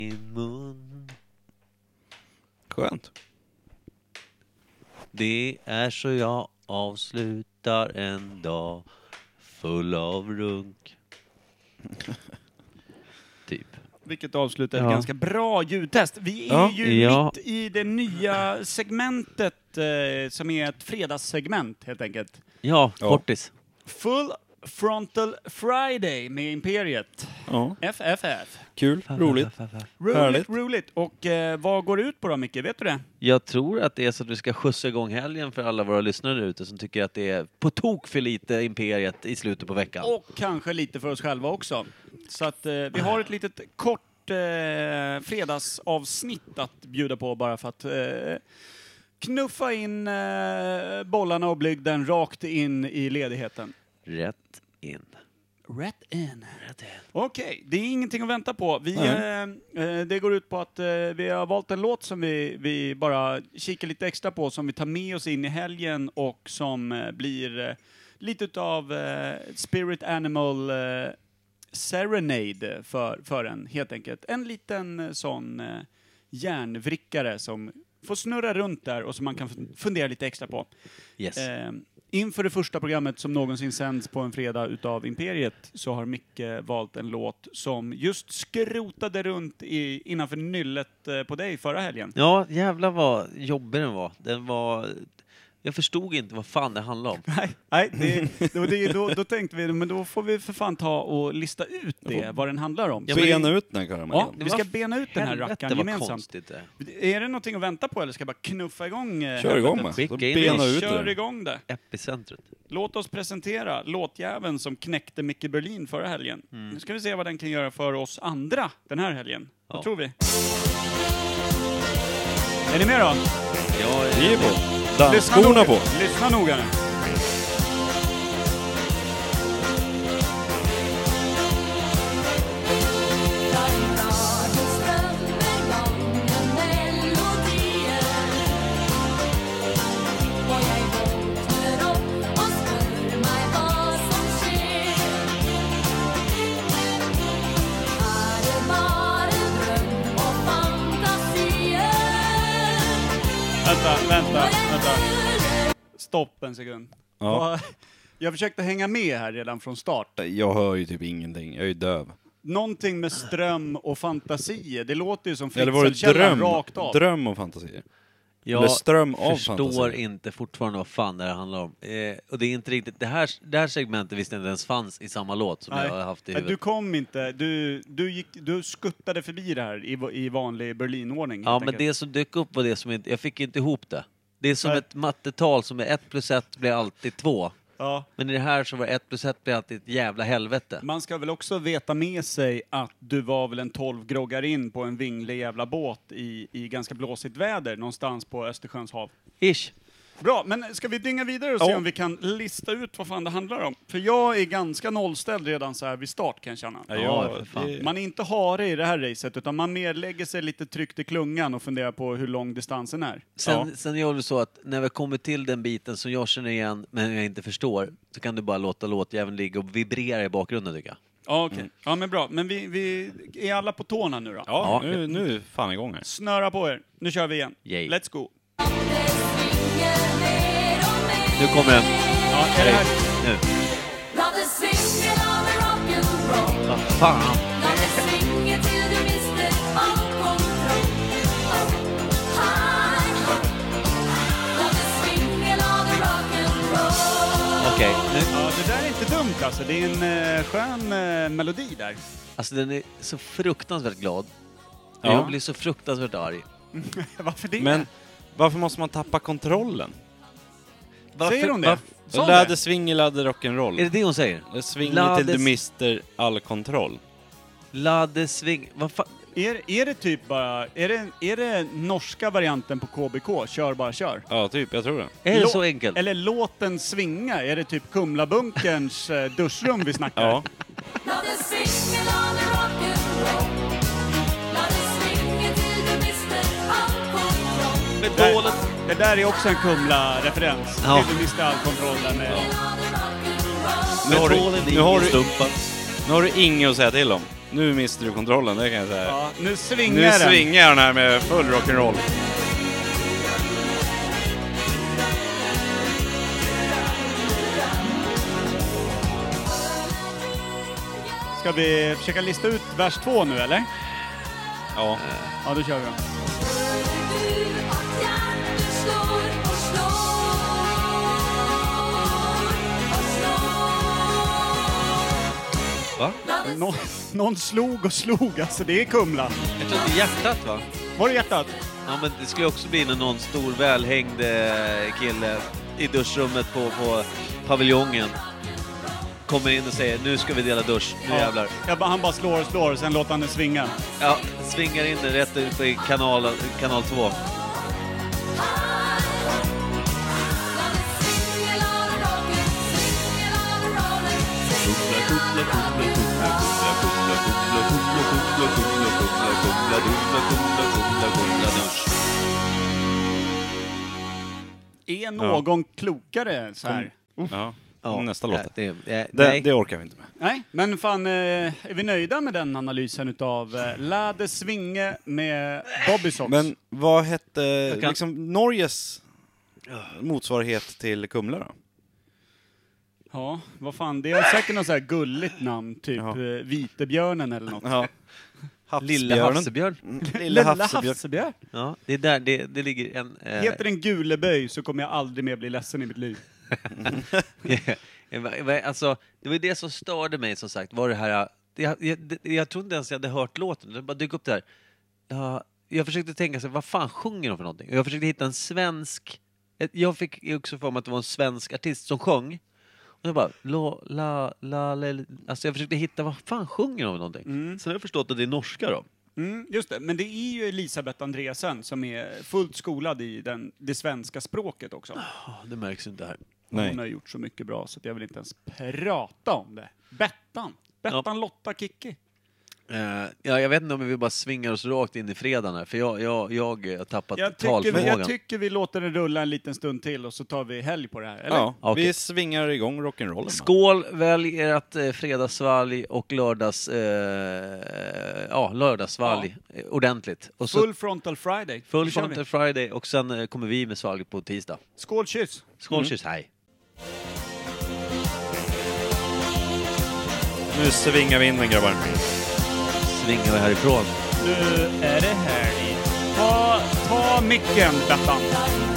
Min mun. Skönt. Det är så jag avslutar en dag full av runk. Typ. Vilket avslutar ett ganska bra ljudtest. Vi är mitt i det nya segmentet som är ett fredagssegment helt enkelt. Ja, kortis. Full Frontal Friday med Imperiet. Ja. FFF. Kul, roligt. Roligt. Och vad går det ut på då, Micke? Vet du det? Jag tror att det är så att vi ska skjutsa igång helgen för alla våra lyssnare där ute som tycker att det är på tok för lite Imperiet i slutet på veckan. Och kanske lite för oss själva också. Så att vi har ett litet kort fredagsavsnitt att bjuda på bara för att knuffa in bollarna och blygden rakt in i ledigheten. Rätt in. Okej, det är ingenting att vänta på. Det går ut på att vi har valt en låt som vi bara kikar lite extra på, som vi tar med oss in i helgen och som blir lite utav Spirit Animal Serenade för en, helt enkelt. En liten sån järnvrickare som får snurra runt där och som man kan fundera lite extra på. Yes. Inför det första programmet som någonsin sänds på en fredag utav Imperiet så har Micke valt en låt som just skrotade runt innanför nyllet på dig förra helgen. Ja, jävlar vad jobbig den var. Jag förstod inte vad fan det handlade om. Nej, då tänkte vi, men då får vi för fan ta och lista ut vad den handlar om. Bena ut den här karamellen. Ja, vi ska bena ut den här rackaren gemensamt. Är det någonting att vänta på eller ska jag bara knuffa igång? Kör igång med. Kör igång det. Epicentret. Låt oss presentera låtjäveln som knäckte Micke Berlin förra helgen. Nu ska vi se vad den kan göra för oss andra den här helgen. Vad tror vi? Är ni med då? Ja, vi är på. Dansskorna på. Lyssna noga nu. Vänta. Stopp en sekund. Ja. Jag försökte hänga med här redan från start. Jag hör ju typ ingenting. Jag är ju döv. Någonting med ström och fantasier. Det låter ju som Eller var det rakt av. dröm och fantasier? Jag ström av förstår fantasier. inte fortfarande vad fan det här handlar om. Och det är inte riktigt... Det här segmentet visste inte ens fanns i samma låt som jag har haft i huvudet. Du kom inte. Du skuttade förbi det här i vanlig Berlinordning. Ja, men det som dök upp var det som inte... Jag fick inte ihop det. Det är som ett mattetal som är 1 + 1 blir alltid 2. Ja. Men i det här så var 1 + 1 blir alltid ett jävla helvete. Man ska väl också veta med sig att du var väl en 12 groggar in på en vinglig jävla båt i ganska blåsigt väder någonstans på Östersjöns hav. Ish. Bra, men ska vi dynga vidare och se om vi kan lista ut vad fan det handlar om? För jag är ganska nollställd redan så här vid start, kan jag känna. Man är inte hare i det här racet, utan man mer lägger sig lite tryckt i klungan och funderar på hur lång distansen är. Sen gör det så att när vi kommer till den biten som jag känner igen men jag inte förstår, så kan du bara låta låtjäveln ligga och vibrera i bakgrunden, tycker jag. Ja, okej. Ja, men bra. Men vi är alla på tårna nu då? Ja, nu är fan igång här. Snöra på er. Nu kör vi igen. Yay. Let's go. Nu kommer den. Ja, är det här? Nu. Vad fan. Okej, nu. Ja, det där är inte dumt alltså. Det är en skön melodi där. Alltså den är så fruktansvärt glad. Ja. Jag blir så fruktansvärt arg. Varför det? Men varför måste man tappa kontrollen? Säger hon det? Ladde swing, ladde rock'n'roll. Är det hon säger? Swing till du mister all kontroll. Ladde swing. Vad fan? Är det typ bara... Är det norska varianten på KBK? Kör bara kör? Ja, typ. Jag tror det. Är det så enkelt? Eller låten svinga? Är det typ Kumlabunkerns duschrum vi snackar? Ja. Det där är också en Kumla-referens. Ja. Du miste all kontroll där med... Nu har du inget att säga till om. Nu mister du kontrollen, det kan jag säga. Ja, nu Nu svingar den. svingar den här med full rock'n'roll. Ska vi försöka lista ut vers 2 nu, eller? Ja. Ja, då kör vi då. Va? Någon slog och slog, alltså det är Kumla. Jag tror det är hjärtat, va? Var det hjärtat? Ja, men det skulle också bli när någon stor välhängd kille i duschrummet på paviljongen kommer in och säger nu ska vi dela dusch, nu jävlar. Han bara slår och slår och sen låter han den svinga. Ja, svingar in den rätt ut i kanal 2. Är någon klokare så här? Ja, nästa låt. Nej. Det orkar vi inte med. Nej, men fan, är vi nöjda med den analysen utav Lade Svinge med Bobby Sox? Men vad hette liksom Norges motsvarighet till Kumla då? Ja, vad fan, det är säkert något så här gulligt namn, typ Vitebjörnen eller något. Ja. Lilla havsebjörn. Lilla havsebjörn. Ja, det är där det ligger en... Heter den Guleböj så kommer jag aldrig mer bli ledsen i mitt liv. Alltså, det var det som störde mig, som sagt, var det här... Jag tror inte ens jag hade hört låten, det bara dök upp där. Jag försökte tänka sig, vad fan sjunger de för någonting? Och jag försökte hitta en svensk... Jag fick också för mig att det var en svensk artist som sjöng. Och jag bara, alltså jag försökte hitta, vad fan sjunger de för någonting? Så jag har förstått att det är norska då. Just det, men det är ju Elisabeth Andreasen som är fullt skolad i det svenska språket också. Det märks inte här. Hon har gjort så mycket bra så att jag vill inte ens prata om det. Bettan Lotta Kikki. Jag vet inte om vi bara svingar oss rakt in i fredagen här, för jag har tappat talförmågan. Jag tycker vi låter den rulla en liten stund till och så tar vi helg på det här, eller? Ja, okay. Vi svingar igång rock'n'rollen. Skål, välj ert fredagsvalg och lördagsvalg ordentligt. Och så, Full Frontal Friday. Full Frontal Friday, och sen kommer vi med svalg på tisdag. Skål, kyss! Skål, kyss, hej! Nu svingar vi in den, grabbar. Svingar vi härifrån. Nu är det här. Ta micken, Bettan.